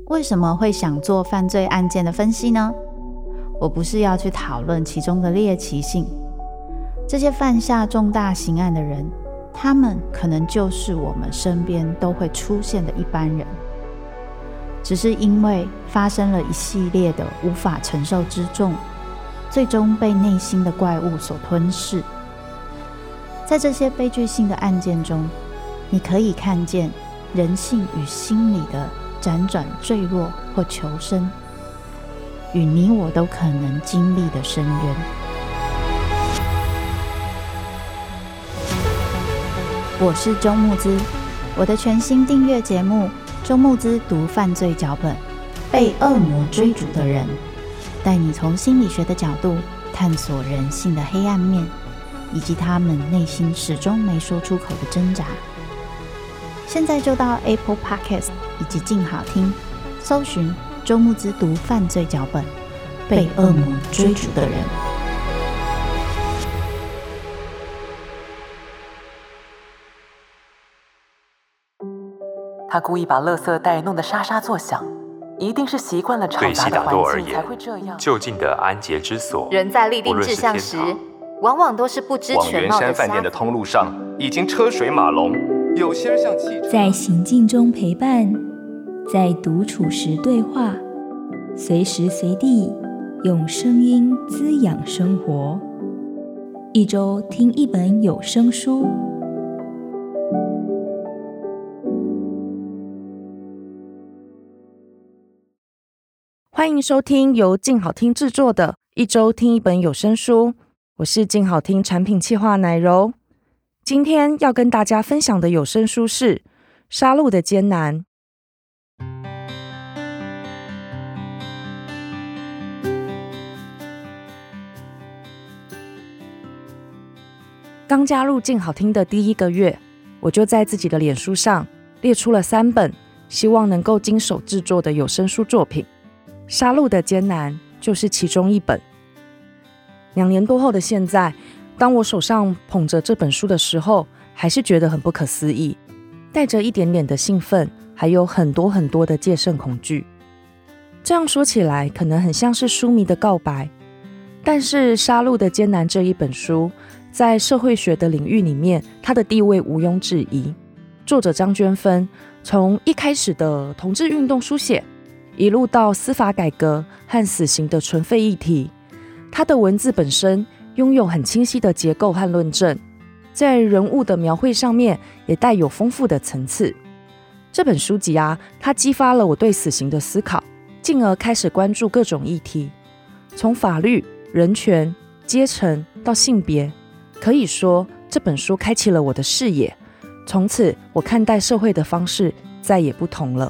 为什么会想做犯罪案件的分析呢？我不是要去讨论其中的猎奇性，这些犯下重大刑案的人，他们可能就是我们身边都会出现的一般人，只是因为发生了一系列的无法承受之重，最终被内心的怪物所吞噬。在这些悲剧性的案件中，你可以看见人性与心理的辗转坠落或求生，与你我都可能经历的深渊。我是周慕姿，我的全新订阅节目《周慕姿读犯罪脚本：被恶魔追逐的人》，带你从心理学的角度探索人性的黑暗面，以及他们内心始终没说出口的挣扎。现在就到 Apple Podcast 以及静好听搜寻周慕姿读犯罪脚本：被恶魔追逐的人。 他故意把垃圾袋弄得沙沙作响，一定是习惯了嘈杂的环境才会这样。 就近的安洁之所， 人在立定志向时，往往都是不知全貌的。 往圆山饭店的通路上已经车水马龙，有些人像汽车， 在行进中陪伴，在独处时对话，随时随地用声音滋养生活。一周听一本有声书。 欢迎收听由静好听制作的一周听一本有声书，我是静好听产品企划奶柔。今天要跟大家分享的有声书是《杀戮的艰难》。刚加入静好听的第1个月，我就在自己的脸书上列出了3本希望能够经手制作的有声书作品，《杀戮的艰难》就是其中一本。2年多后的现在，当我手上捧着这本书的时候，还是觉得很不可思议，带着一点点的兴奋，还有很多很多的戒慎恐惧。这样说起来可能很像是书迷的告白，但是《杀戮的艰难》这一本书在社会学的领域里面，它的地位毋庸置疑。作者张娟芬从一开始的同志运动书写，一路到司法改革和死刑的存废议题，他的文字本身拥有很清晰的结构和论证，在人物的描绘上面也带有丰富的层次。这本书籍它激发了我对死刑的思考，进而开始关注各种议题，从法律、人权、阶层到性别，可以说这本书开启了我的视野，从此我看待社会的方式再也不同了。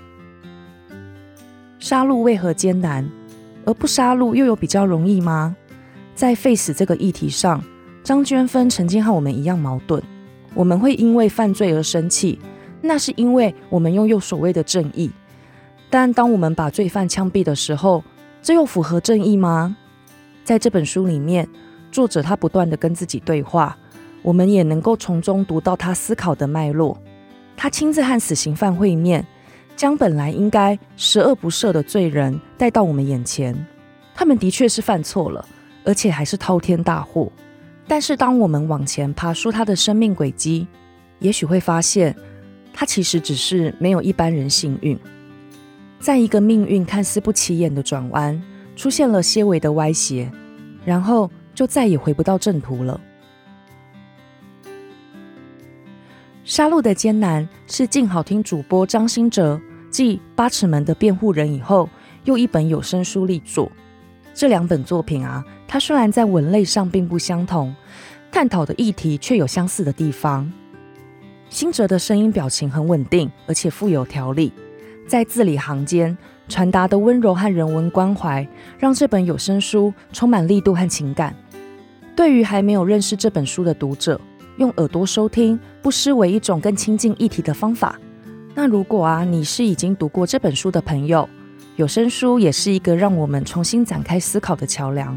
杀戮为何艰难，而不杀戮又有比较容易吗？在废死这个议题上，张娟芬曾经和我们一样矛盾。我们会因为犯罪而生气，那是因为我们拥有所谓的正义。但当我们把罪犯枪毙的时候，这又符合正义吗？在这本书里面，作者他不断地跟自己对话，我们也能够从中读到他思考的脉络。他亲自和死刑犯会面，将本来应该十恶不赦的罪人带到我们眼前，他们的确是犯错了，而且还是滔天大祸。但是当我们往前爬梳他的生命轨迹，也许会发现他其实只是没有一般人幸运。在一个命运看似不起眼的转弯，出现了些微的歪斜，然后就再也回不到正途了。杀戮的艰难是静好听主播张新哲继八尺门的辩护人以后又一本有声书力作。这2本作品它虽然在文类上并不相同，探讨的议题却有相似的地方。新哲的声音表情很稳定，而且富有条理，在字里行间传达的温柔和人文关怀，让这本有声书充满力度和情感。对于还没有认识这本书的读者，用耳朵收听不失为一种更亲近议题的方法。那如果你是已经读过这本书的朋友，有声书也是一个让我们重新展开思考的桥梁。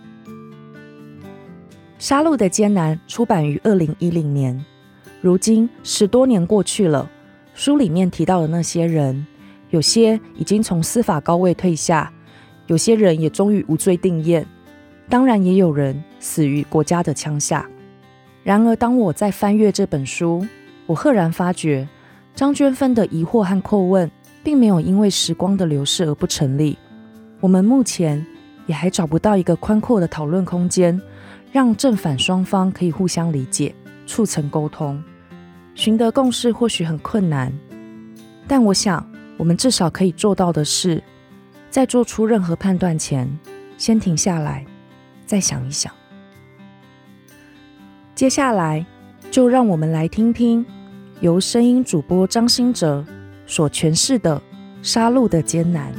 杀戮的艰难出版于2010年，如今10多年过去了，书里面提到的那些人， 有些已经从司法高位退下，有些人也终于无罪定谳，当然也有人死于国家的枪下。然而当我在翻阅这本书，我赫然发觉张娟芬的疑惑和叩问并没有因为时光的流逝而不成立。我们目前也还找不到一个宽阔的讨论空间，让正反双方可以互相理解，促成沟通。寻得共识或许很困难，但我想我们至少可以做到的是，在做出任何判断前，先停下来，再想一想。接下来就让我们来听听由声音主播张新哲所诠释的杀戮的艰难。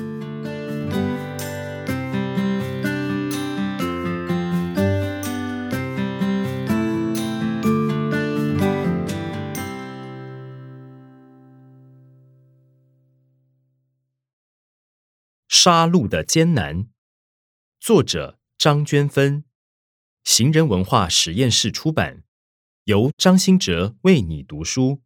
杀戮的艰难，作者张娟芬，行人文化实验室出版，由张新哲为你读书。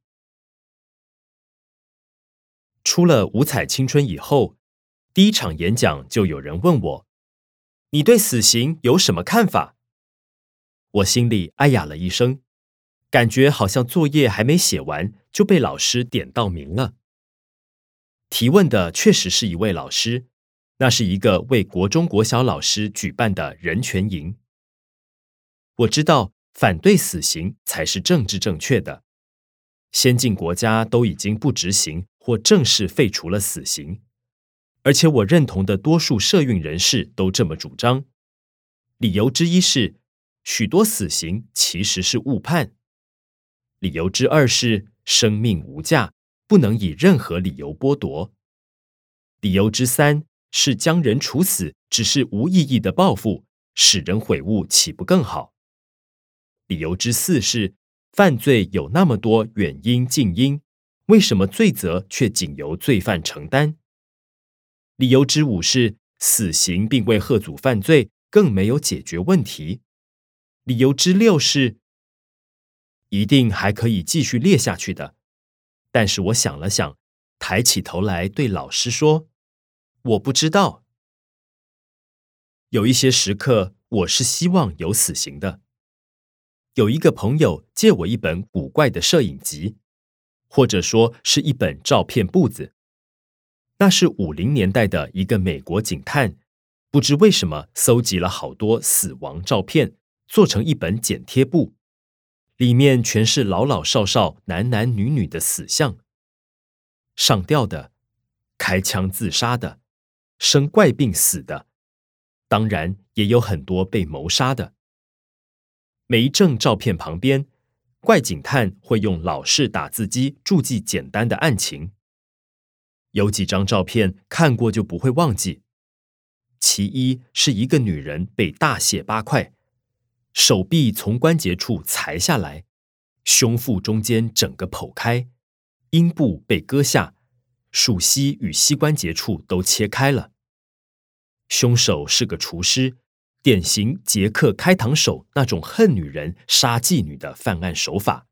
出了五彩青春以后，第一场演讲就有人问我：“你对死刑有什么看法？”我心里哎呀了一声，感觉好像作业还没写完就被老师点到名了。提问的确实是一位老师，那是一个为国中国小老师举办的人权营。我知道反对死刑才是政治正确的，先进国家都已经不执行或正式废除了死刑，而且我认同的多数社运人士都这么主张。理由之一是，许多死刑其实是误判；理由之二是，生命无价，不能以任何理由剥夺；理由之三是，将人处死只是无意义的报复，使人悔悟岂不更好？理由之四是，犯罪有那么多远因近因，为什么罪责却仅由罪犯承担？理由之五是，死刑并未吓阻犯罪，更没有解决问题。理由之六是，一定还可以继续列下去的。但是我想了想，抬起头来对老师说：“我不知道。”有一些时刻，我是希望有死刑的。有一个朋友借我一本古怪的摄影集，或者说是一本照片簿子。那是50年代的一个美国警探，不知为什么搜集了好多死亡照片，做成一本剪贴簿，里面全是老老少少、男男女女的死相，上吊的、开枪自杀的、生怪病死的，当然也有很多被谋杀的。每一张照片旁边，怪警探会用老式打字机注记简单的案情。有几张照片看过就不会忘记。其一是一个女人被大卸8块，手臂从关节处裁下来，胸腹中间整个剖开，阴部被割下，属膝与膝关节处都切开了。凶手是个厨师，典型捷克开膛手那种恨女人、杀妓女的犯案手法。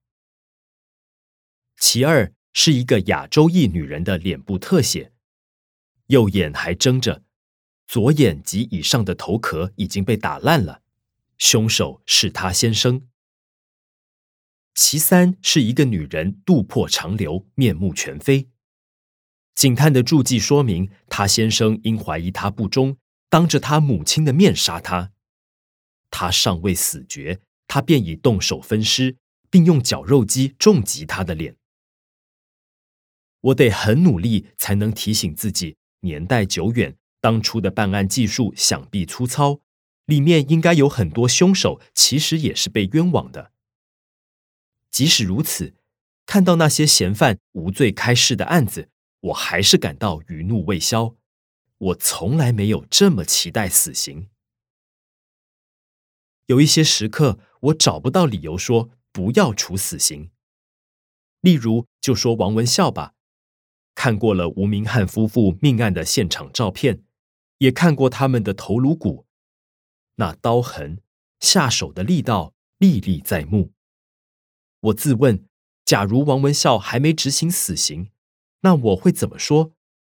其二是一个亚洲裔女人的脸部特写，右眼还睁着，左眼及以上的头壳已经被打烂了，凶手是她先生。其三是一个女人肚破肠流，面目全非。警探的注记说明，她先生因怀疑她不忠，当着她母亲的面杀她。她尚未死绝，他便已动手分尸，并用绞肉机重击她的脸。我得很努力才能提醒自己，年代久远，当初的办案技术想必粗糙，里面应该有很多凶手其实也是被冤枉的。即使如此，看到那些嫌犯无罪开释的案子，我还是感到余怒未消。我从来没有这么期待死刑。有一些时刻，我找不到理由说不要处死刑。例如，就说王文孝吧，看过了吴明翰夫妇命案的现场照片，也看过他们的头颅骨，那刀痕、下手的力道历历在目。我自问，假如王文孝还没执行死刑，那我会怎么说？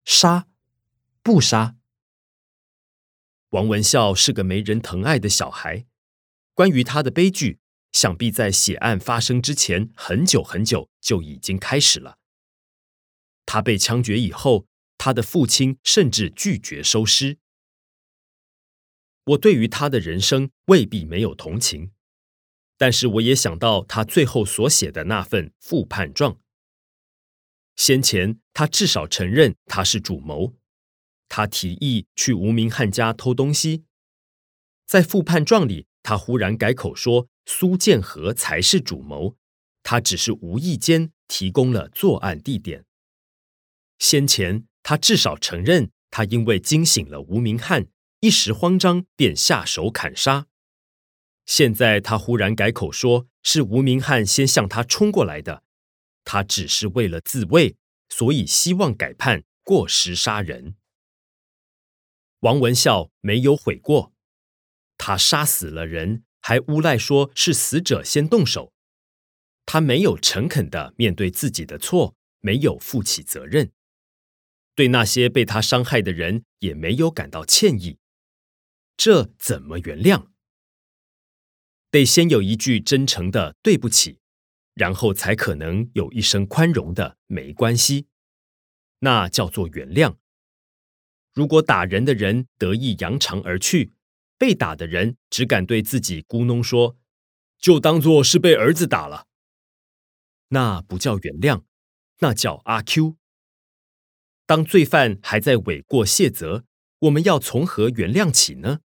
杀？不杀？王文孝是个没人疼爱的小孩，关于他的悲剧，想必在血案发生之前很久很久就已经开始了。他被枪决以后，他的父亲甚至拒绝收尸。我对于他的人生未必没有同情，但是我也想到他最后所写的那份复判状。先前他至少承认他是主谋，他提议去吴明翰家偷东西。在复判状里，他忽然改口说苏建和才是主谋，他只是无意间提供了作案地点。先前他至少承认他因为惊醒了吴明翰，一时慌张便下手砍杀。现在他忽然改口说是吴明翰先向他冲过来的，他只是为了自卫，所以希望改判过失杀人。王文孝没有悔过，他杀死了人，还诬赖说是死者先动手。他没有诚恳地面对自己的错，没有负起责任，对那些被他伤害的人也没有感到歉意。这怎么原谅？得先有一句真诚的对不起，然后才可能有一声宽容的没关系，那叫做原谅。如果打人的人得意扬长而去，被打的人只敢对自己咕哝说，就当作是被儿子打了，那不叫原谅，那叫阿 Q。当罪犯还在诿过谢责，我们要从何原谅起呢？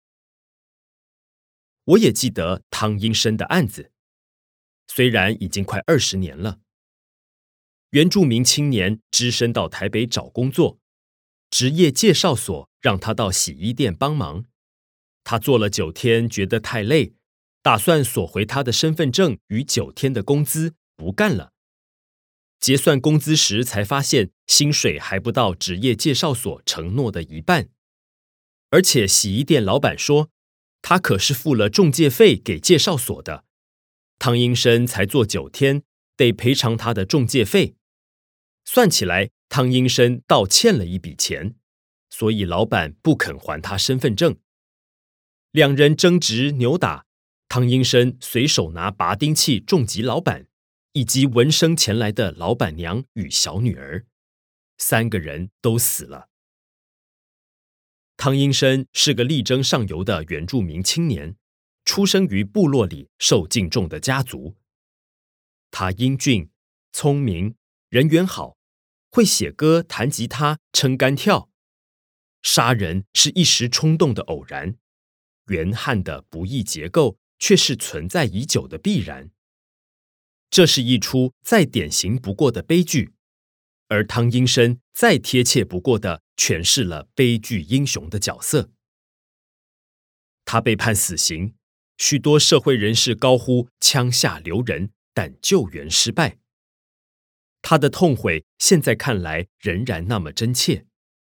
我也记得汤英伸的案子，虽然已经快20年了。原住民青年只身到台北找工作，职业介绍所让他到洗衣店帮忙。他做了9天，觉得太累，打算索回他的身份证与9天的工资，不干了。结算工资时才发现，薪水还不到职业介绍所承诺的一半，而且洗衣店老板说，他可是付了中介费给介绍所的，汤英伸才做9天，得赔偿他的中介费。算起来，汤英伸倒欠了一笔钱，所以老板不肯还他身份证。两人争执扭打，汤英伸随手拿拔钉器重击老板，以及闻声前来的老板娘与小女儿，3个人都死了。汤英伸是个力争上游的原住民青年，出生于部落里受敬重的家族。他英俊、聪明、人缘好，会写歌、弹吉他、撑杆跳。杀人是一时冲动的偶然，原汉的不义结构却是存在已久的必然。这是一出再典型不过的悲剧，而汤英伸再贴切不过的诠释了悲剧英雄的角色。他被判死刑，许多社会人士高呼枪下留人，但救援失败。他的痛悔现在看来仍然那么真切。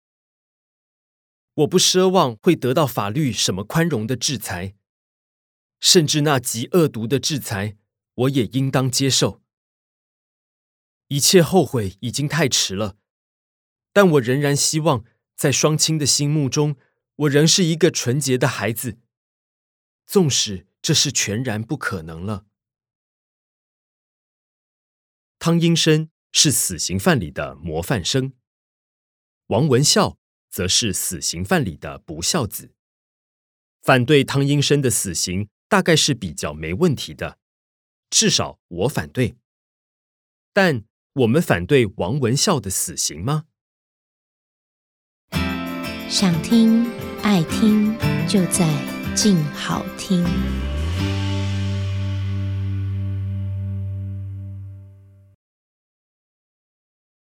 我不奢望会得到法律什么宽容的制裁，甚至那极恶毒的制裁，我也应当接受。一切后悔已经太迟了，但我仍然希望，在双亲的心目中，我仍是一个纯洁的孩子，纵使这是全然不可能了。汤英伸是死刑犯里的模范生，王文孝则是死刑犯里的不孝子。反对汤英伸的死刑大概是比较没问题的，至少我反对。但我们反对王文孝的死刑吗？ 想听爱听，就在静好听。